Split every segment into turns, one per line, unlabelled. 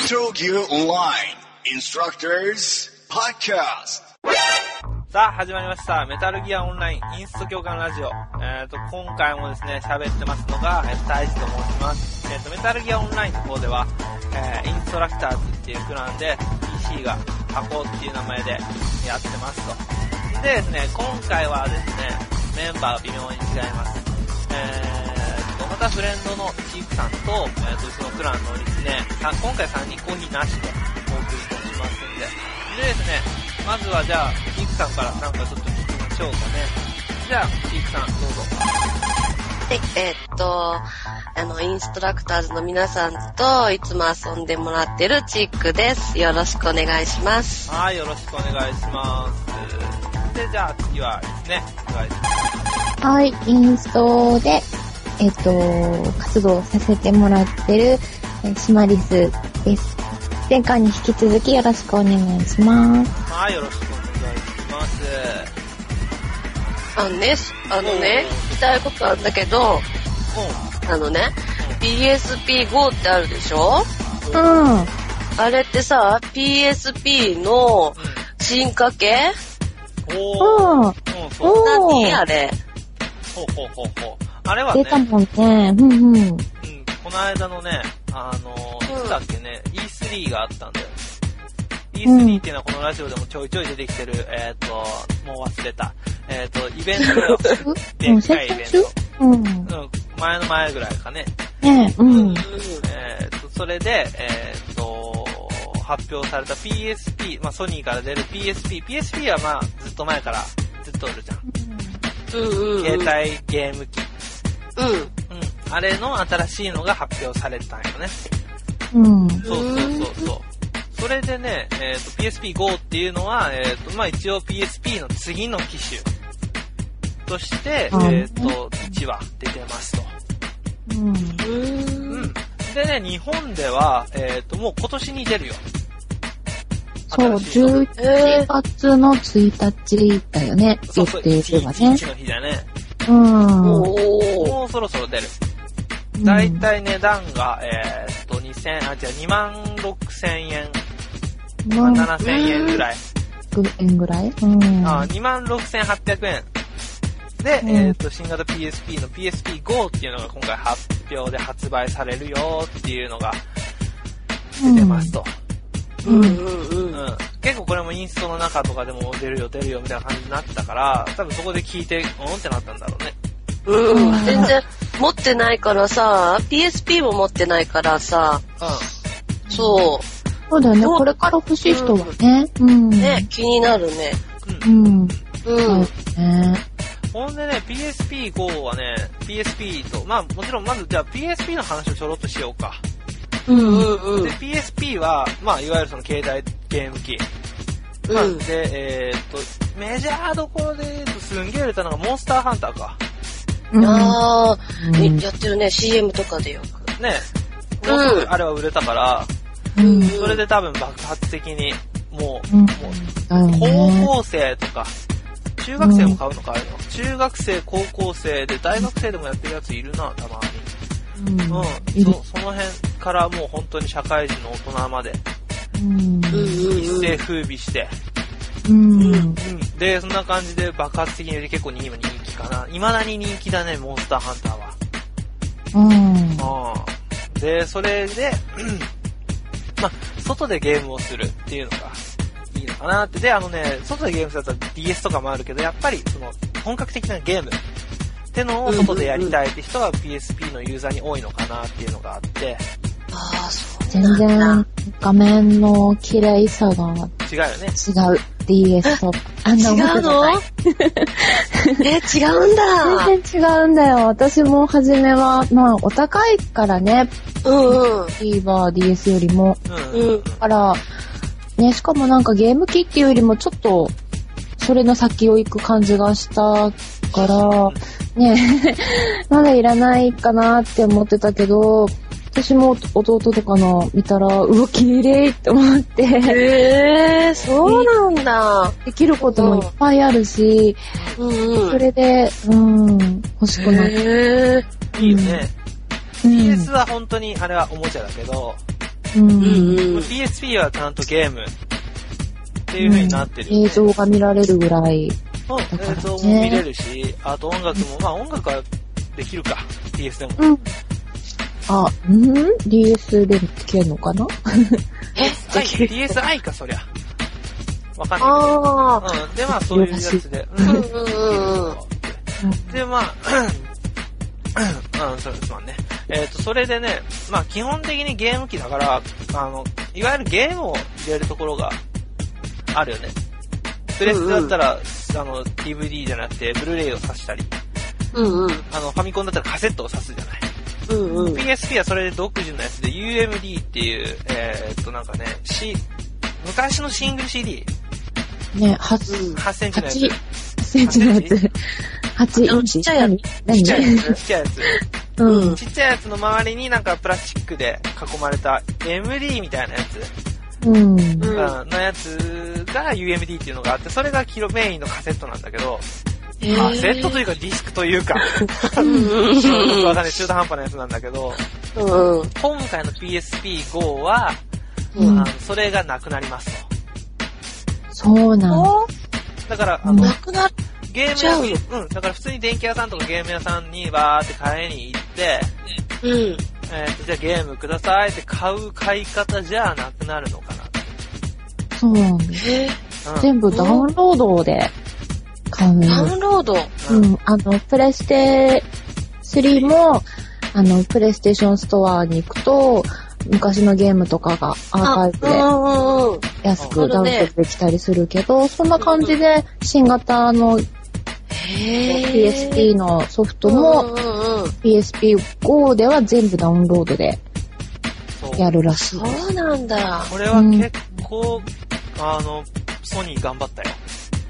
Metal Gear Online Instructors Podcast。
さあ、始まりました。メタルギアオンラインインスト教官ラジオ。今回もですね、喋ってますのが、大地と申します。メタルギアオンラインの方では、インストラクターズっていうプランで、PC が箱っていう名前でやってますと。でですね、今回はですね、メンバー微妙に違います。またフレンドのチークさんと、うちのプランのですね、今回3人コーヒーなしでお送りしますんで。でですね、まずはじゃあ、チークさんからなんかちょっと聞きましょうかね。じゃあ、チークさん、どうぞ。
はい、インストラクターズの皆さんといつも遊んでもらってるチークです。よろしくお願いします。
はい、よろしくお願いします。で、じゃあ次はですね、お願いします。
はい、インストで、活動させてもらってる、シマリスです。前回に引き続きよろしくお願いします。
はい、よろしくお願いします。
聞きたいことあるんだけど、PSP GO ってあるでしょ？
うん。
あれってさ、PSP の進化系？何あれ？
ほう。あれはね、
出たもんね。
この間のね、いつだっけね、E3 があったんだよ。E3 っていうのはこのラジオでもちょいちょい出てきてる、もう忘れた。イベントよ。でっかいイベント。前の前ぐらいかね。それで、発表された PSP、ソニーから出る PSP はずっと前からずっとおるじゃん。携帯ゲーム機。あれの新しいのが発表されたんよね。そう。それでね、PSP GO っていうのは、一応 PSP の次の機種として、1話出てますと。でね、日本では、もう今年に出るよ。
そう、11月の1日だよね。
そう、
11日
の日だね。
も
うそろそろ出る。だいたい値段が、26,000円。7,000円ぐらい。26,800円。で、新型 PSP の PSP GO っていうのが今回発表で発売されるよっていうのが出てますと。結構これもインストの中とかでも出るよみたいな感じになったから、多分そこで聞いて、ってなったんだろうね。
全然持ってないからさ、PSP も持ってないからさ、
そうだよね、これから欲しい人はね。
ね、気になるね。
ほんでね、PSP GO はね、PSP と、もちろんまずじゃあ PSP の話をちょろっとしようか。で、PSP は、いわゆるその携帯ゲーム機。で、メジャーどころで言うとすんげえ売れたのがモンスターハンターか。
やってるね、CM とかでよく。
ね、あれは売れたから、それで多分爆発的に、もう高校生とか、中学生も買うのかあるの。中学生、高校生で、大学生でもやってるやついるな、たまに。その辺からもう本当に社会人の大人まで、一世風靡して、で、そんな感じで爆発的に結構今人気かな。未だに人気だね、モンスターハンターは。で、それで、外でゲームをするっていうのがいいのかなって。で、外でゲームすると DS とかもあるけど、やっぱりその本格的なゲームってのを外でやりたいって人は PSP のユーザーに多いのかなっていうのがあって。
全然画面の綺麗さが
違うよね。
違う。DS とあんな思ってない。
違うんだ。
全然違うんだよ。私も初めはお高いからね。TVer DS よりも。だからね、しかもなんかゲーム機っていうよりもちょっとそれの先を行く感じがしたからね、まだいらないかなって思ってたけど。私も弟とかの見たら、綺麗って思って。
そうなんだ。
できることもいっぱいあるし、それで、欲しくなって。
いいよね。PS は本当にあれはおもちゃだけど、 PSP はちゃんとゲームっていう風になってる、ね、
映像が見られるぐらい、
映像も見れるし、あと音楽も、まあ音楽はできるか、DS でも。
DS で聴けるのかな
DSi か、そりゃ。わかんないけど。で、まあそういうやつで。で、まあ、そうですもんね。それでね、まあ基本的にゲーム機だから、いわゆるゲームを入れるところがあるよね。プレステだったら、DVD じゃなくて、ブルーレイを挿したり。ファミコンだったらカセットを挿すじゃない。PSP はそれで独自のやつで UMD っていう、なんかね、昔のシングル CD。
ね、
8センチのやつ。
8センチのやつ。8インチ
ちっちゃいやつ。
ちっちゃいやつ。ちっちゃいやつの周りになんかプラスチックで囲まれた MD みたいなやつ。のやつが UMD っていうのがあって、それがメインのカセットなんだけど、カセットというかディスクというか、わかんない中途半端なやつなんだけど、今回の PSP GO は、それがなくなりますと。
そうなんだ。
だから、
なくなっ
ゲーム屋、だから普通に電気屋さんとかゲーム屋さんにバーって買いに行って、じゃあゲームくださいって買い方じゃなくなるのかな。
そうなんだ。全部ダウンロードで買う。
ダウンロード
プレステ3も、プレイステーションストアに行くと、昔のゲームとかがアーカイブで安くダウンロードできたりするけど、そんな感じで新型の PSP のソフトも PSP GO では全部ダウンロードでやるらしい。
そうなんだ。
これは結構、ソニー頑張ったよ。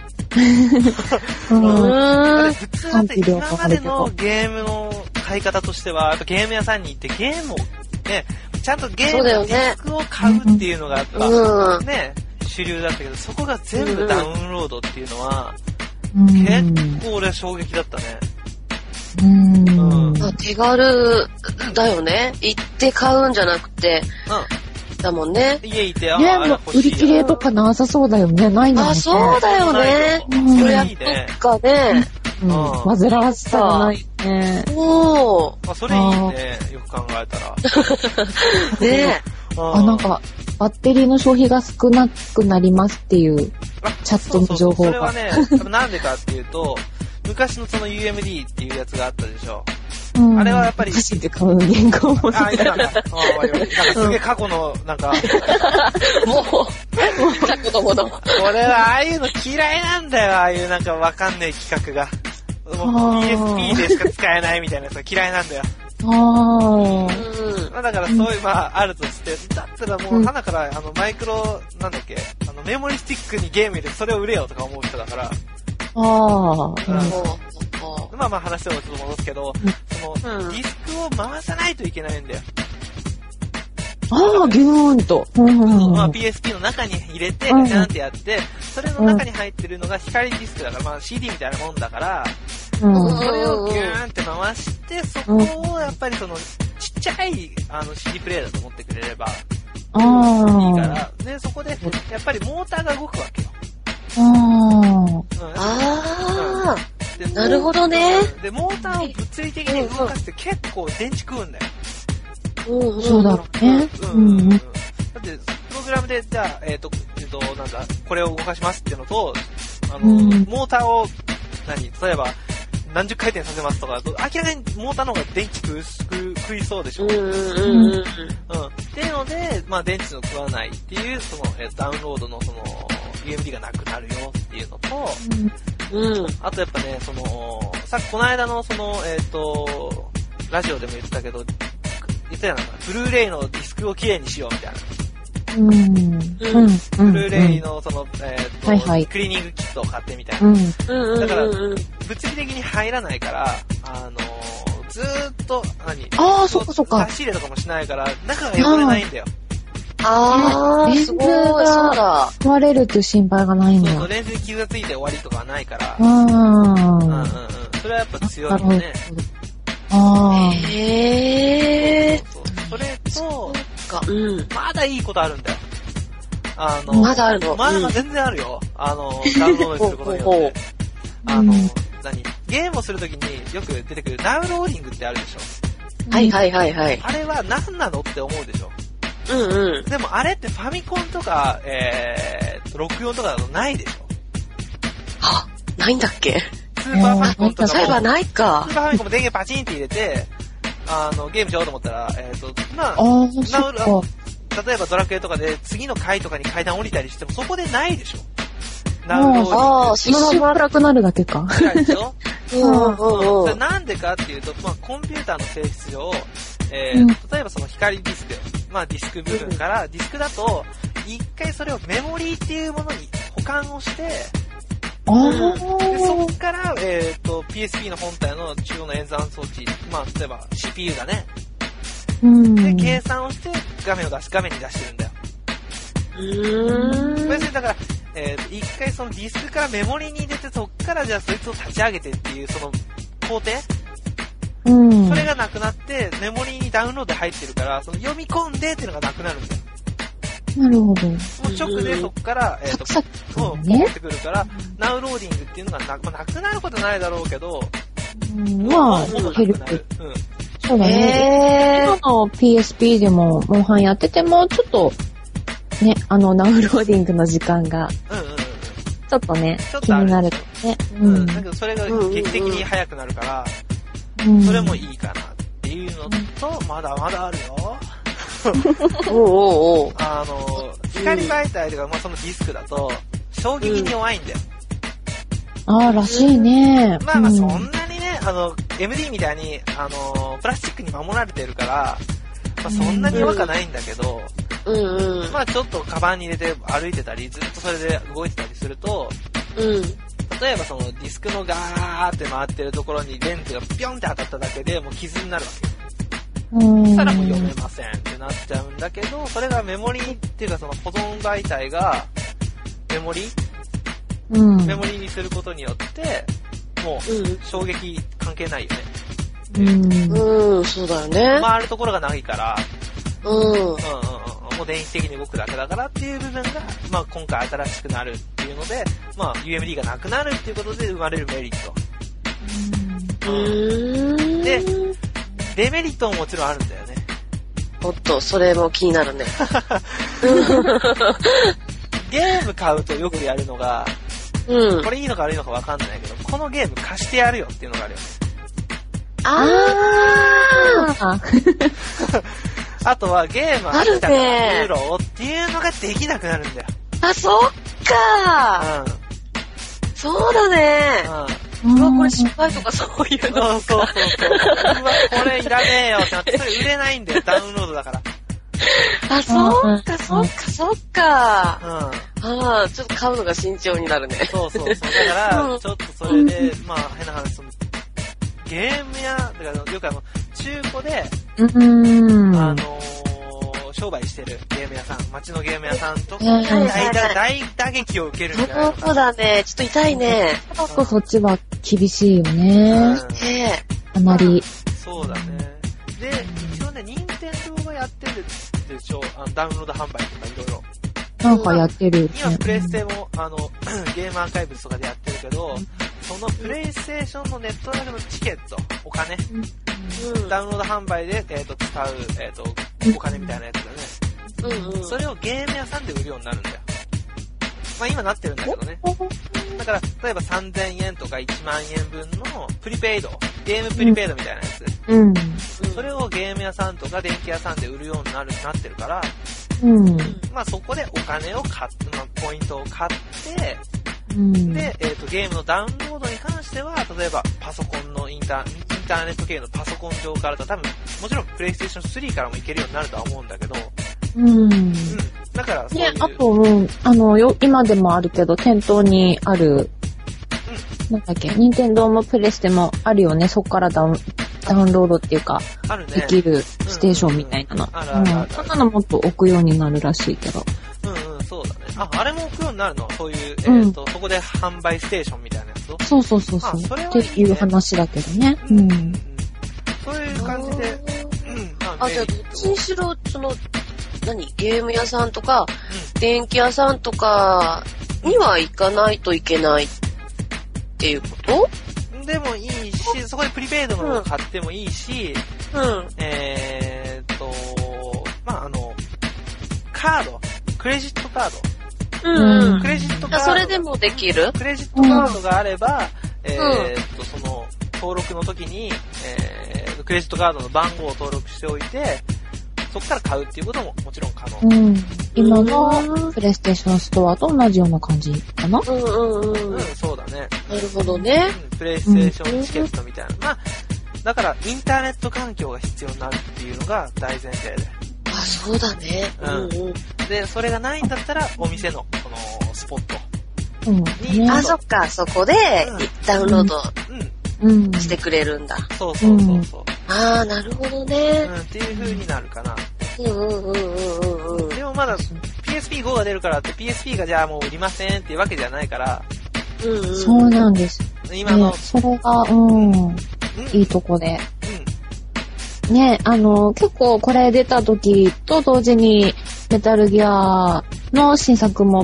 普通だって今までのゲームの買い方としては、やっぱゲーム屋さんに行ってゲームをね、ちゃんとゲームのディスクを買うっていうのがやっぱね、主流だったけど、そこが全部ダウンロードっていうのは、結構俺は衝撃だったね。
手軽だよね。行って買うんじゃなくて、だもんね。
家いて、
売り切れとかなさそうだよね。ないんだもんね。
そうだよね。予約とかね。
煩わしさがないね。
それいいね。よく考えたら。
ね
なんか、バッテリーの消費が少なくなりますっていうチャットの情報が。
それはね、なんでかっていうと、昔のその UMD っていうやつがあったでしょ。あれはやっぱり。
走って買う原稿も。
なんかすげえ過去の、なんか。
もう、過去のもの。
俺はああいうの嫌いなんだよ、ああいうなんかわかんない企画が。もう PSP でしか使えないみたいなやつが嫌いなんだよ。だからそういう、あるとして、だったらもう、花から、マイクロ、なんだっけ、メモリスティックにゲーム入れてそれを売れよとか思う人だから。話をちょっと戻すけど、その、ディスクを回さないといけないんだよ。
ギューンと。
PSP の中に入れて、ガチャンってやって、それの中に入ってるのが光ディスクだから、CD みたいなもんだから、それをギューンって回して、そこをやっぱりその、ちっちゃい、CD プレイだと思ってくれれば、いいから、で、そこで、やっぱりモーターが動くわけよ。
なるほどね。
で、モーターを物理的に動かして結構電池食うんだよ。
そうだろうね。
だって、プログラムで、じゃあ、なんだ、これを動かしますっていうのと、モーターを、例えば、何十回転させますとかだと、明らかにモーターの方が電池食いそうでしょ。っていうので、電池の食わないっていう、その、ダウンロードのその、UMD がなくなるよっていうのと、あとやっぱね、その、さっきこの間のその、ラジオでも言ったけど、言ったやんか、ブルーレイのディスクをきれいにしようみたいな。ブルーレイのその、クリーニングキットを買ってみたいな。だから、物理的に入らないから、ずーっと、
そっかそっか。
差し入れとかもしないから、中が汚れないんだよ。
すごい、そうだ。
壊れるっていう心配がないんだよ。
レンズに傷がついて終わりとかはないから。それはやっぱ強いよね。
へー。
それと、
か。うん。
まだいいことあるんだよ。
まだあるの？
まだ全然あるよ。ダウンロードすることによって。ゲームをするときによく出てくるダウンローディングってあるでしょ。
はいはいはいはい。
あれは何なのって思うでしょ。
うんうん。
でもあれってファミコンとか、64とかだとないでしょ。
は、ないんだっけ？
スーパーファミコンとかも。
そういえばないか。
スーパーファミコンも電源パチンって入れて、ゲームしようと思ったら、例えばドラクエとかで次の階とかに階段降りたりしてもそこでないでしょ。ダウンローディング。
一瞬暗くなるだけか。
暗いでしょ。
そ
れなんでかっていうと、コンピューターの性質上、例えばその光ディスク、ディスク部分から、ディスクだと、一回それをメモリーっていうものに保管をして、でそこから、PSP の本体の中央の演算装置、例えば CPU だね。で、計算をして画面に出してるんだよ。別にだから、一回そのディスクからメモリに入れて、そっからじゃあそいつを立ち上げてっていう、その工程、それがなくなって、メモリにダウンロード入ってるから、その読み込んでっていうのがなくなるんだよ。
なるほど。もう
直でそっから、
戻
ってくるから、ナウローディングっていうのがなくなることはないだろうけど、
もっとなくなる。そうだね。今の PSP でも、モンハンやってても、ちょっと、ね、ナウローディングの時間が、ちょっとね、気になるね。
だけどそれが劇的に速くなるから、それもいいかなっていうのと、まだまだあるよ。光媒体とか、そのディスクだと、衝撃に弱いんだよ。
らしいね。
そんなにね、MD みたいに、プラスチックに守られてるから、そんなに弱くはないんだけど、ちょっとカバンに入れて歩いてたり、ずっとそれで動いてたりすると、例えばそのディスクのガーって回ってるところにレンズがピョンって当たっただけでもう傷になるわけ。そしたらもう読めませんってなっちゃうんだけど、それがメモリーっていうかその保存媒体がメモリにすることによって、もう衝撃関係ないよ
ね。そうだよね。
回るところがないから、もう電気的に動くだけだからっていう部分が、今回新しくなるっていうので、UMD がなくなるっていうことで生まれるメリット。で、デメリットももちろんあるんだよね。
おっと、それも気になるね。
ゲーム買うとよくやるのが、これいいのか悪いのか分かんないけど、このゲーム貸してやるよっていうのがあるよね。あとはゲーム飽きたから売ろうっていうのができなくなるんだよ。
そっかそうだね。これ失敗とかそういうの。
そう。これいらねえよってなって、それ売れないんだよ、ダウンロードだから。
そっか。ちょっと買うのが慎重になるね。
そう。だから、ちょっとそれで、変な話、ゲーム屋、だからよく中古で、商売してるゲーム屋さん、街のゲーム屋さんとか、大打撃を受けるんじゃないのか。
そうだね。ちょっと痛いね。
そっちは厳しいよね。あまり。
そうだね。で、一応ね、任天堂がやってるでしょ。ダウンロード販売とかいろいろ。
なんかやってる。
今プレイステも、ゲームアーカイブスとかでやってるけど、そのプレイステーションのネットだけのチケット、お金、ダウンロード販売で、使う、お金みたいなやつだね。それをゲーム屋さんで売るようになるんだよ。今なってるんだけどね。だから、例えば3000円とか1万円分のプリペイド、ゲームプリペイドみたいなやつ。それをゲーム屋さんとか電気屋さんで売るようになってるから、そこでお金を買って、ポイントを買って、で、ゲームのダウンロードに関しては、例えばパソコンのインターネット系のパソコン上からと多分、もちろんプレイステーション3からもいけるようになるとは思うんだけど、だからそういう。
あと、今でもあるけど、店頭にある、なんだっけ、任天堂もプレステもあるよね、そこからダウンロードっていうか、できるステーションみたいなの。そんなのもっと置くようになるらしいけど。
そうだね。あれも置くようになるの？そういう、そこで販売ステーションみたいなやつを？
そう。っていう話だけどね。
そういう感じで、
じゃあどっちにしろ、 ゲーム屋さんとか、電気屋さんとかには行かないといけないっていうこと？
でもいいし、そこでプリペイドのものを買ってもいいし、カード、クレジットカード。クレジットカード。
それでもできる？
クレジットカードがあれば、その、登録の時に、クレジットカードの番号を登録しておいて、そこから買うっていうことももちろん可能。
今のプレイステーションストアと同じような感じかな？
そうだね。
なるほどね。
プレイステーションチケットみたいな。まあ、だからインターネット環境が必要になるっていうのが大前提で。
あ、そうだね。
で、それがないんだったら、お店の、この、スポット
に。あ、そっか、そこで、ダウンロードしてくれるんだ。
そう。
ああ、なるほどね。
っていう風になるかな。でもまだ、PSP GO が出るからって、PSP がじゃあもう売りませんっていうわけじゃないから。
そうなんです。
今の。
それが、いいとこで。ね、結構これ出た時と同時にメタルギアの新作も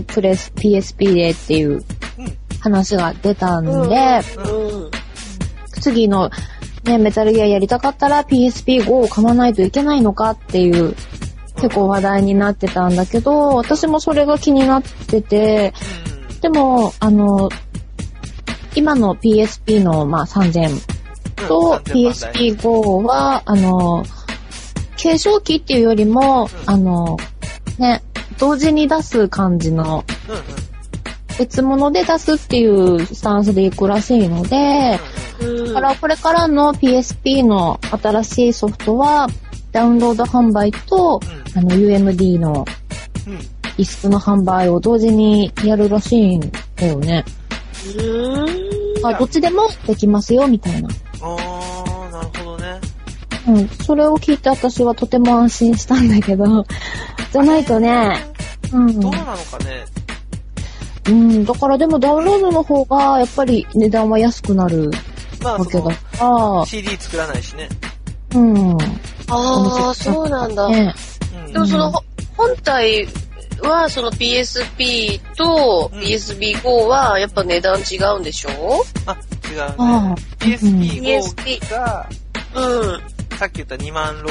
PSP でっていう話が出たんで、次のね、メタルギアやりたかったら PSP GO を買わないといけないのかっていう結構話題になってたんだけど、私もそれが気になってて、でも、今の PSP の3000と PSP GO は、継承機っていうよりも、ね、同時に出す感じの、別物で出すっていうスタンスでいくらしいので、だからこれからの PSP の新しいソフトは、ダウンロード販売と、UMD のディスクの販売を同時にやるらしいんだよね。どっちでもできますよ、みたいな。
なるほどね。
それを聞いて私はとても安心したんだけど、じゃないとね、
どうなのか
ね。だからでもダウンロードの方がやっぱり値段は安くなるわけだから。
CD 作らないしね。
ああ、そうなんだ。でもその本体はその PSP と PSP GO はやっぱ値段違うんでしょ？
違うね。PSP GO が、さっき言った26,800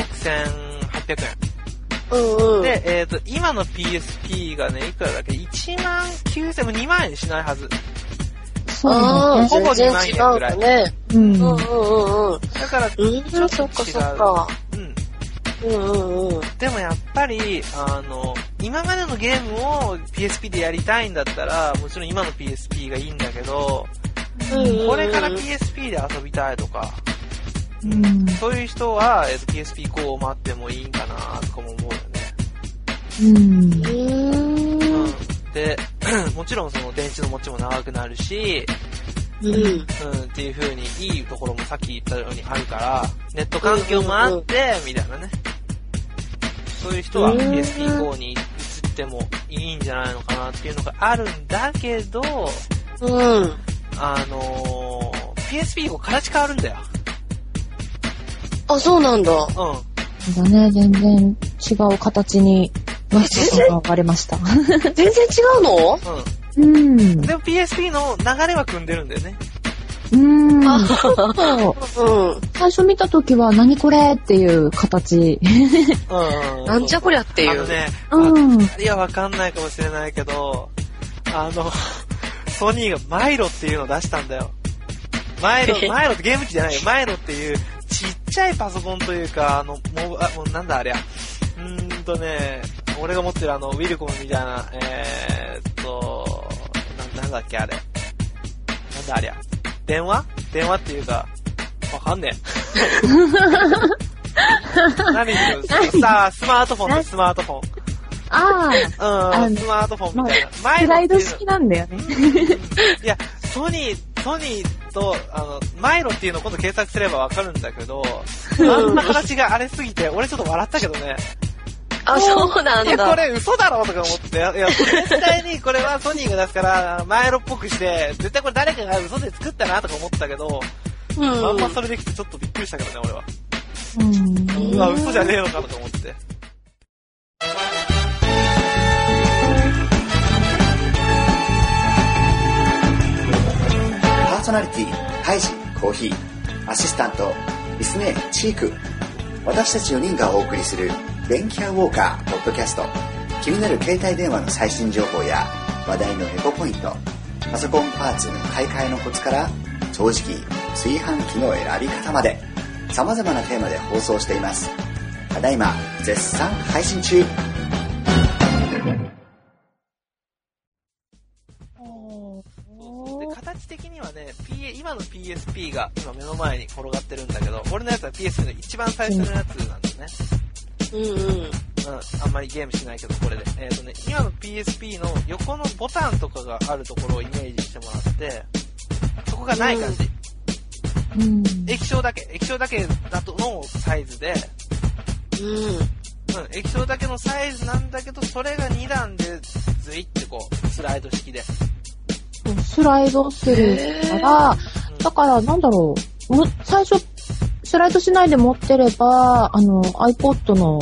円。で、今の PSP がね、いくらだっけ ?19,000 も2万円しないはず。
そうだね。
ほぼ2万円ぐらい。
ね。
だから、ちょっと違う。
そっか。
でもやっぱり、今までのゲームを PSP でやりたいんだったら、もちろん今の PSP がいいんだけど、これから PSP で遊びたいとか、そういう人は、PSP GO を待ってもいいんかなとかも思うよね。で、もちろんその電池の持ちも長くなるし、っていう風にいいところもさっき言ったようにあるから、ネット環境もあって、みたいなね。そういう人は PSP GO に移ってもいいんじゃないのかなっていうのがあるんだけど、PSP GO 形変わるんだよ。
あ、そうなんだ。
そうだね、全然違う形になったのが分かりました。
全然違うの？
でも PSP の流れは組んでるんだよね。
最初見たときは何これっていう形。
なんじゃこりゃっていう。
いや、わかんないかもしれないけど、ソニーがマイロっていうのを出したんだよ。マイロってゲーム機じゃないよ。マイロっていうちっちゃいパソコンというか、もうなんだありゃ。俺が持ってるウィルコムみたいな、なんだっけあれ。なんだありゃ。電話っていうか、わかんねえ。何言ってるさあ、スマートフォン。スマートフォンみたいな。
スライド式なんだよね。
いや、ソニーと、マイロっていうのを今度検索すればわかるんだけど、あんな形があれすぎて、俺ちょっと笑ったけどね。
あ、そうなんだ。
これ嘘だろとか思って。いや、絶対にこれはソニーが出すから、マイロっぽくして、絶対これ誰かが嘘で作ったなとか思ったけど、まんまそれできてちょっとびっくりしたけどね、俺は。嘘じゃねえのかとか思って。
ナリティハイジコーヒー、アシスタントリスネーチーク、私たち4人がお送りする電気屋ウォーカーポッドキャスト。気になる携帯電話の最新情報や話題のエコポイント、パソコンパーツの買い替えのコツから掃除機、炊飯器の選び方まで様々なテーマで放送しています。ただいま絶賛配信中。
形的にはね、今の PSP が今目の前に転がってるんだけど、俺のやつは PSP の一番最初のやつなんだね。あんまりゲームしないけど、これで。今の PSP の横のボタンとかがあるところをイメージしてもらって、そこがない感じ。液晶だけだとのサイズで、液晶だけのサイズなんだけど、それが2段でズイってこう、スライド式で。
スライドするから、だからなんだろう、最初、スライドしないで持ってれば、iPod の、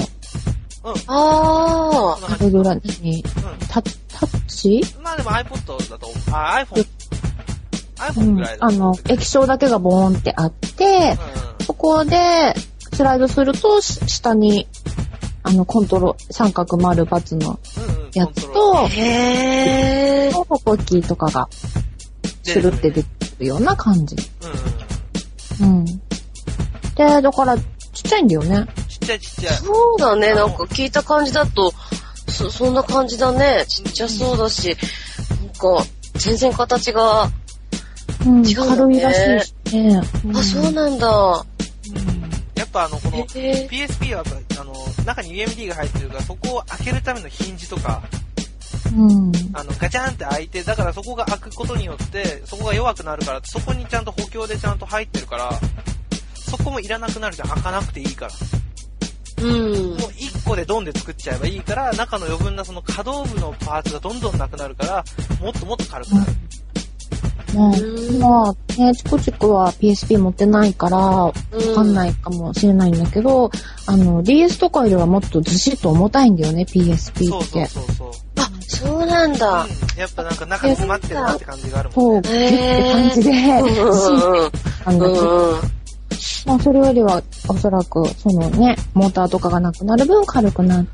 あれぐらいに、タッチ？
まあでも iPod だと、iPhone ぐらいだと。
液晶だけがボーンってあって、そこで、スライドすると、下に、コントロール、三角丸×のやつと、ポコキーとかが、スルって出てくるような感じ。で、だから、ちっちゃいんだよね。
ちっちゃい。
そうだね、なんか聞いた感じだと、そんな感じだね。ちっちゃそうだし、なんか、全然形が、違うんだね。
軽いらしいしね。
あ、そうなんだ。
やっぱこの PSP は中に UMD が入ってるから、そこを開けるためのヒンジとか、ガチャンって開いて、だからそこが開くことによって、そこが弱くなるから、そこにちゃんと補強でちゃんと入ってるから、そこもいらなくなるじゃん、開かなくていいから。もう1個でドンで作っちゃえばいいから、中の余分なその可動部のパーツがどんどんなくなるから、もっともっと軽くなる。
まあね、チコチコは PSP 持ってないから、わかんないかもしれないんだけど、DS とかよりはもっとずしっと重たいんだよね、PSP って。
そう。あ、そうなんだ。
やっぱなんか中に詰まってるなって感じがあるもんね。
そう、ギュッて感じで、まあそれよりはおそらくそのね、モーターとかがなくなる分軽くなって、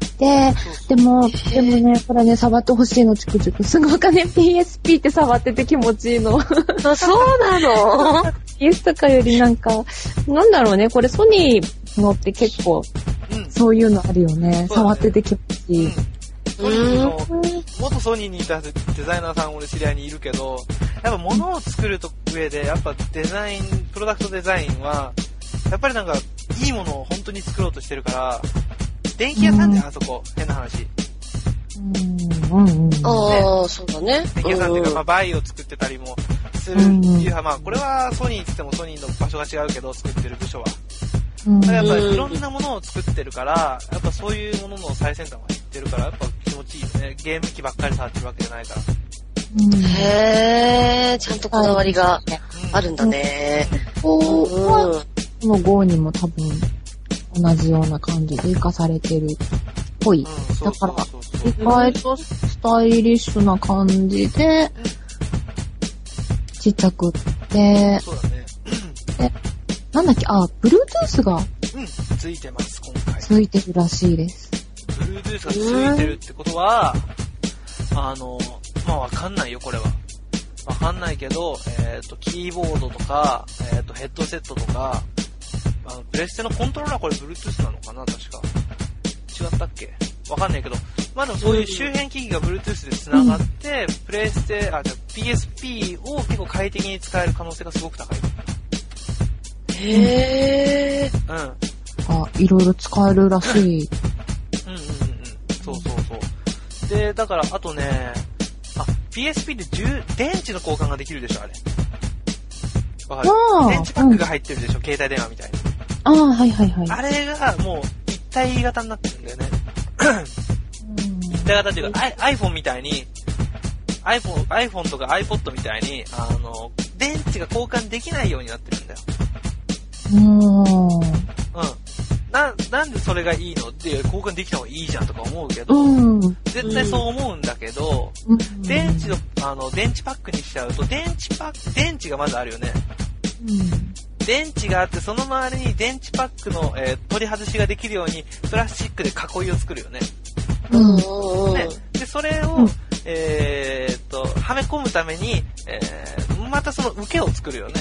でもね、これね、触ってほしいの、チクチク。すごくね、PSP って触ってて気持ちいいの。
あ、そうなの
PS とかよりなんか、なんだろうね、これソニーのって結構、そういうのあるよね。触ってて気持ちいい。
元ソニーにいたデザイナーさん俺知り合いにいるけど、やっぱ物を作る上で、やっぱデザイン、プロダクトデザインは、やっぱりなんか、いいものを本当に作ろうとしてるから、電気屋さんであそこ、変な話。
ああ、そうだね。
電気屋さんっていうか、まあ、バイを作ってたりもするっていう、まあ、これはソニーって言ってもソニーの場所が違うけど、作ってる部署は。やっぱりいろんなものを作ってるから、やっぱそういうものの最先端は知ってるから、やっぱ気持ちいいよね。ゲーム機ばっかり触ってるわけじゃないから。
へー、ちゃんとこだわりがあるんだね。
このGOにも多分同じような感じで活かされてるっぽい。だから、意外とスタイリッシュな感じで、ちっちゃくって、
そうだね。
なんだっけ、Bluetooth が、
ついてます、今回。
ついてるらしいです。
Bluetooth がついてるってことは、まあ、わかんないよ、これは。わかんないけど、キーボードとか、ヘッドセットとか、プレステのコントローラーこれ Bluetooth なのかな、確か。違ったっけ？わかんないけど、まあでもそういう周辺機器が Bluetooth で繋がって、プレステ、PSP を結構快適に使える可能性がすごく高い。
へ
ー。
いろいろ使えるらしい。
そう。で、だから、あとね、PSP で電池の交換ができるでしょ、あれ。わかる？電池パックが入ってるでしょ、携帯電話みたいに。
はい。
あれがもう一体型になってるんだよね。一体型っていうか、iPhone みたいに、iPhone とか iPod みたいに、電池が交換できないようになってるんだよ。 なんでそれがいいのって交換できた方がいいじゃんとか思うけど、絶対そう思うんだけど、電池パックにしちゃうと、電池がまずあるよね。電池があって、その周りに電池パックの、取り外しができるように、プラスチックで囲いを作るよね。ね、で、それを、はめ込むために、またその受けを作るよね。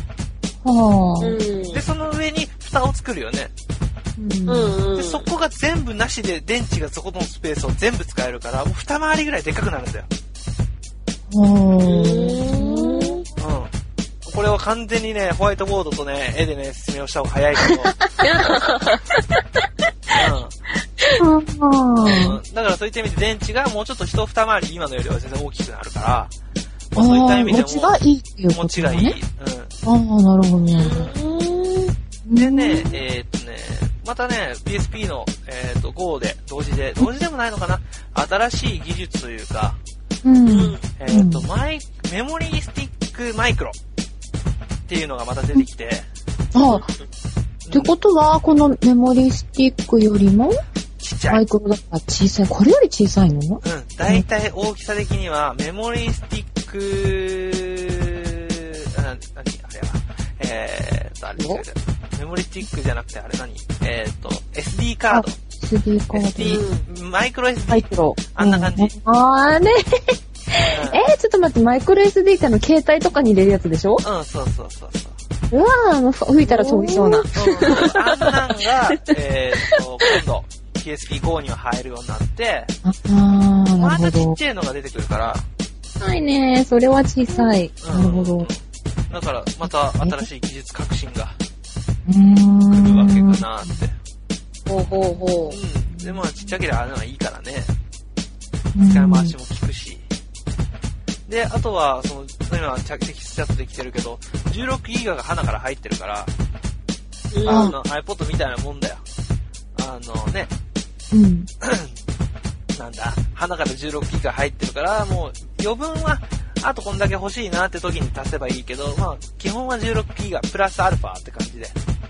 で、その上に蓋を作るよね。で、そこが全部なしで電池がそこのスペースを全部使えるから、もう二回りぐらいでっかくなるんだよ。これは完全にね、ホワイトボードとね、絵でね、説明をした方が早いけど。だからそういった意味で電池がもうちょっと一二回り今のよりは全然大きくなるから、そういった意味でも。持ちがいいっていうことね。持ちがいい。
なるほどね。
でね、またね、PSP の、Go で、同時でもないのかな、新しい技術というか、メモリースティックマイクロっていうのがまた出てきて。
ってことは、このメモリースティックよりも
ちっちゃい。
マイクロだから小さい。これより小さいの？
だいたい大きさ的には、メモリースティック、メモリスティックじゃなくて、あれSD カード。
SD カー
ド。マイクロ SD。あんな感じ。
あれちょっと待って、マイクロ SD って携帯とかに入れるやつでしょ？
そう。
うわぁ、吹いたら飛びそうな。
あんなんが、今度、PSP Go には入るようになって、またちっちゃいのが出てくるから。
小さいね。それは小さい。なるほど。
だから、また新しい技術革新が来るわけかなって。で、まあ、ちっちゃければあれのはいいからね。使い回しも効くし。で、あとは、今、テキストチャットできてるけど、16ギガが鼻から入ってるから、iPod みたいなもんだよ。なんだ、鼻から16ギガ入ってるから、もう、余分は、あとこんだけ欲しいなって時に足せばいいけど、まあ、基本は16ギガプラスアルファって感じで。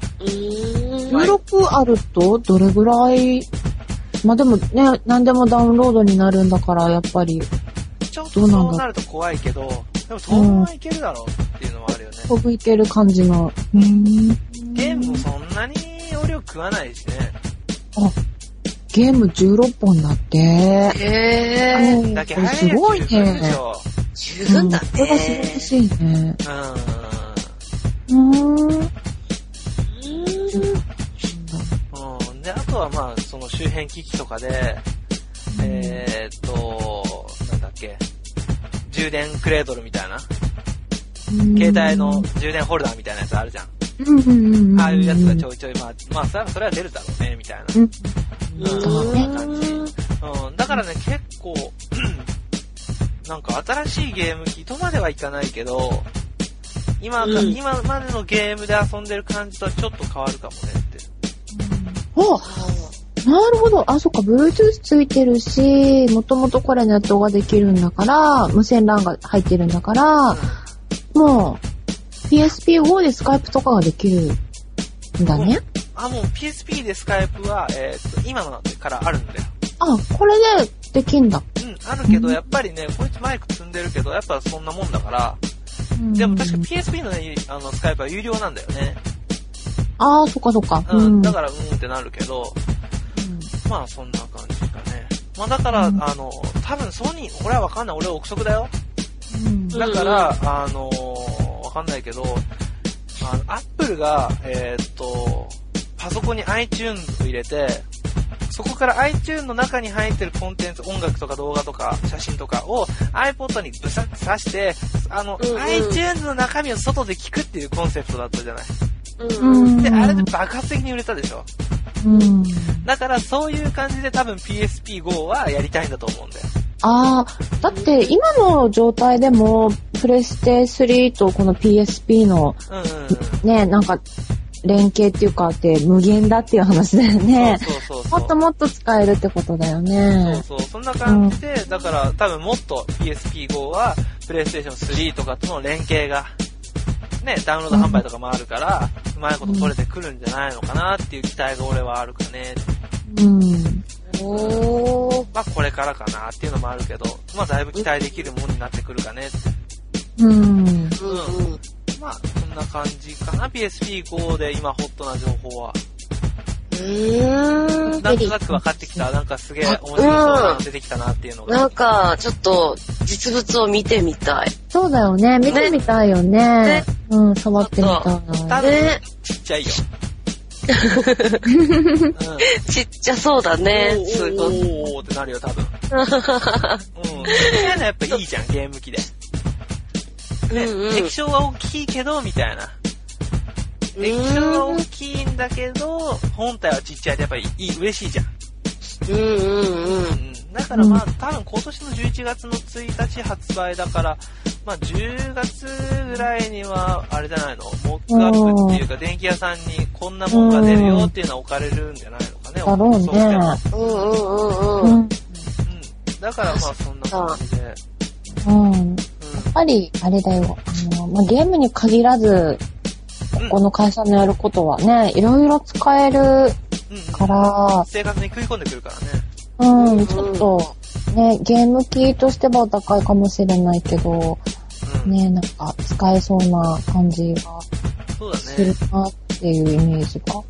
16あると、どれぐらい、まあでもね、何でもダウンロードになるんだから、やっぱり。
ちょっとそうなると怖いけど、でもそのままいけるだろうっていうのはあるよね。
飛ぶいける感じの。
ゲームもそんなに容量食わないしね。
ゲーム16本だって。
だけ
すごいね。
十分だね。
これが素晴らしいね。
で、あとはまあ、その周辺機器とかで、なんだっけ、充電クレードルみたいな、携帯の充電ホルダーみたいなやつあるじゃん。ああいうやつがちょいちょい、まあ、それは出るだろうね、みたいな。感じ。だからね、結構、なんか新しいゲーム機とまではいかないけど、今までのゲームで遊んでる感じとはちょっと変わるかもねって。
なるほど。そっか、Bluetooth ついてるし、もともとこれネットができるんだから、無線 LAN が入ってるんだから、もう、PSP Go でスカイプとかができるんだね。
もう PSP でスカイプは、今のからあるんだよ。
これでできんだ。
あるけど、やっぱりね、こいつマイク積んでるけど、やっぱそんなもんだから、でも確か PSP のね、スカイプは有料なんだよね。
そっかそっか。
だから、ってなるけど、まあそんな感じかね。まあだから、多分ソニー、これはわかんない。俺は憶測だよ。だから、わかんないけど、アップルが、パソコンに iTunes を入れて、そこから iTunes の中に入ってるコンテンツ、音楽とか動画とか写真とかを iPod にブサッと挿して、iTunes の中身を外で聞くっていうコンセプトだったじゃない。で、あれで爆発的に売れたでしょ。だからそういう感じで多分 PSP Go はやりたいんだと思うんだよ。
だって今の状態でもプレステ3とこの PSP のね、なんか連携っていうかって無限だっていう話だよね。もっともっと使えるってことだよね。
そんな感じで、だから多分もっと PSP Go は PlayStation 3とかとの連携が。 ね、ダウンロード販売とかもあるから、うまいこと取れてくるんじゃないのかなっていう期待が俺はあるかね。まあこれからかなっていうのもあるけど、まあだいぶ期待できるものになってくるかね。まあそんな感じかな。PSP-Go で今ホットな情報は。なんとなく分かってきた。なんかすげえ面白そうなの出てきたなっていうのが。
なんか、ちょっと、実物を見てみたい。
そうだよね。見てみたいよね。触ってみたい。
多分、ちっちゃいよ。
ちっちゃそうだね。すごい。
おーってなるよ、多分。そういうのやっぱいいじゃん、ゲーム機で。液晶は大きいけど、みたいな。液晶は大きいんだけど、本体はちっちゃいってやっぱり嬉しいじゃん。だからまあ、多分今年の11月の1日発売だから、まあ10月ぐらいには、あれじゃないの、モックアップっていうか、電気屋さんにこんなもんが出るよっていうのは置かれるんじゃないのかね。
だろうね。
だからまあそんな感じで。
やっぱり、あれだよ。まあ、ゲームに限らず、この会社のやることはね、いろいろ使えるから、
生活に食い込んでくるから
ね。ちょっと、ね、ゲーム機としてはお高いかもしれないけど、ね、なんか使えそうな感じがするなっていうイメージが。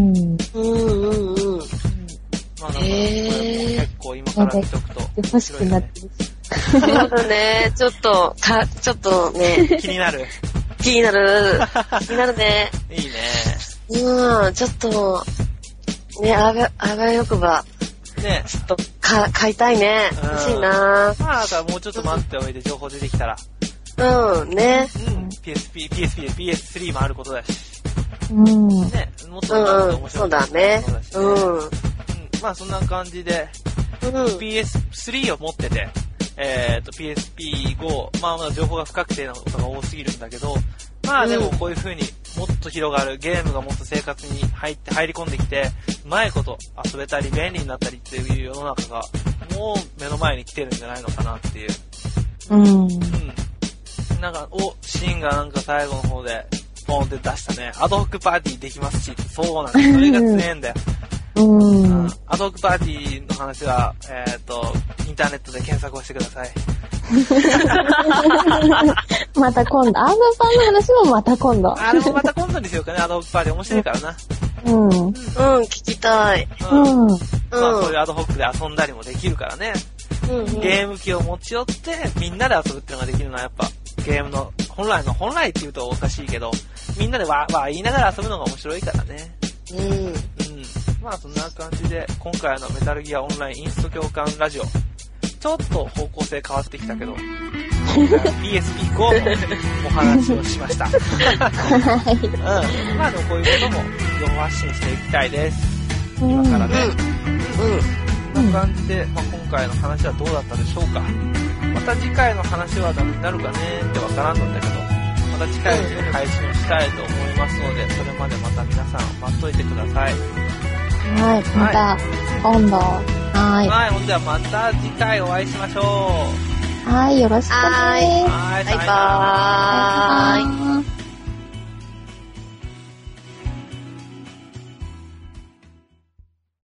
まあなんか、結構今から見とくと。
欲しくなってる。
そうだね、ちょっとね。
気になる。
気になるね。
いいね。
ちょっと、ね、あがよくば。ね。ちょっと、買いたいね。欲しいな。
まあ、だからもうちょっと待っておいて情報出てきたら。
ね。
PSP で PS3 もあることだし。ね。もっと面白い。
そうだね。
まあそんな感じで、PS3 を持ってて、PSP-Go、まあまだ情報が不確定なことが多すぎるんだけど、まあでもこういう風にもっと広がる、ゲームがもっと生活に入り込んできて、うまいこと遊べたり便利になったりっていう世の中が、もう目の前に来てるんじゃないのかなっていう。なんか、シーンがなんか最後の方で、ポンって出したね。アドホックパーティーできますし、そうなんだ。それが強いんだよ。アドホックパーティーの話は、インターネットで検索をしてください。
また今度、アドパンの話もまた今度。
また今度にしようかね、アドホックパーティー面白いからな。
聞きたい。
まあそういうアドホックで遊んだりもできるからね。ゲーム機を持ち寄って、みんなで遊ぶっていうのができるのはやっぱ、ゲームの、本来って言うとおかしいけど、みんなでわー言いながら遊ぶのが面白いからね。まあそんな感じで、今回のメタルギアオンラインインスト共感ラジオ、ちょっと方向性変わってきたけど、今回は PSP-Go のお話をしました。まあでもこういうことも情報発信していきたいです。今からね。こんな感じで、まあ、今回の話はどうだったでしょうか。また次回の話は何になるかねってわからんのだけど、また近いうちに配信をしたいと思いますので、それまでまた皆さん待っといてください。
はい、また今度。
はい、ほんではまた次回お会いしましょう。
はい、よろしくね。
バイバーイ。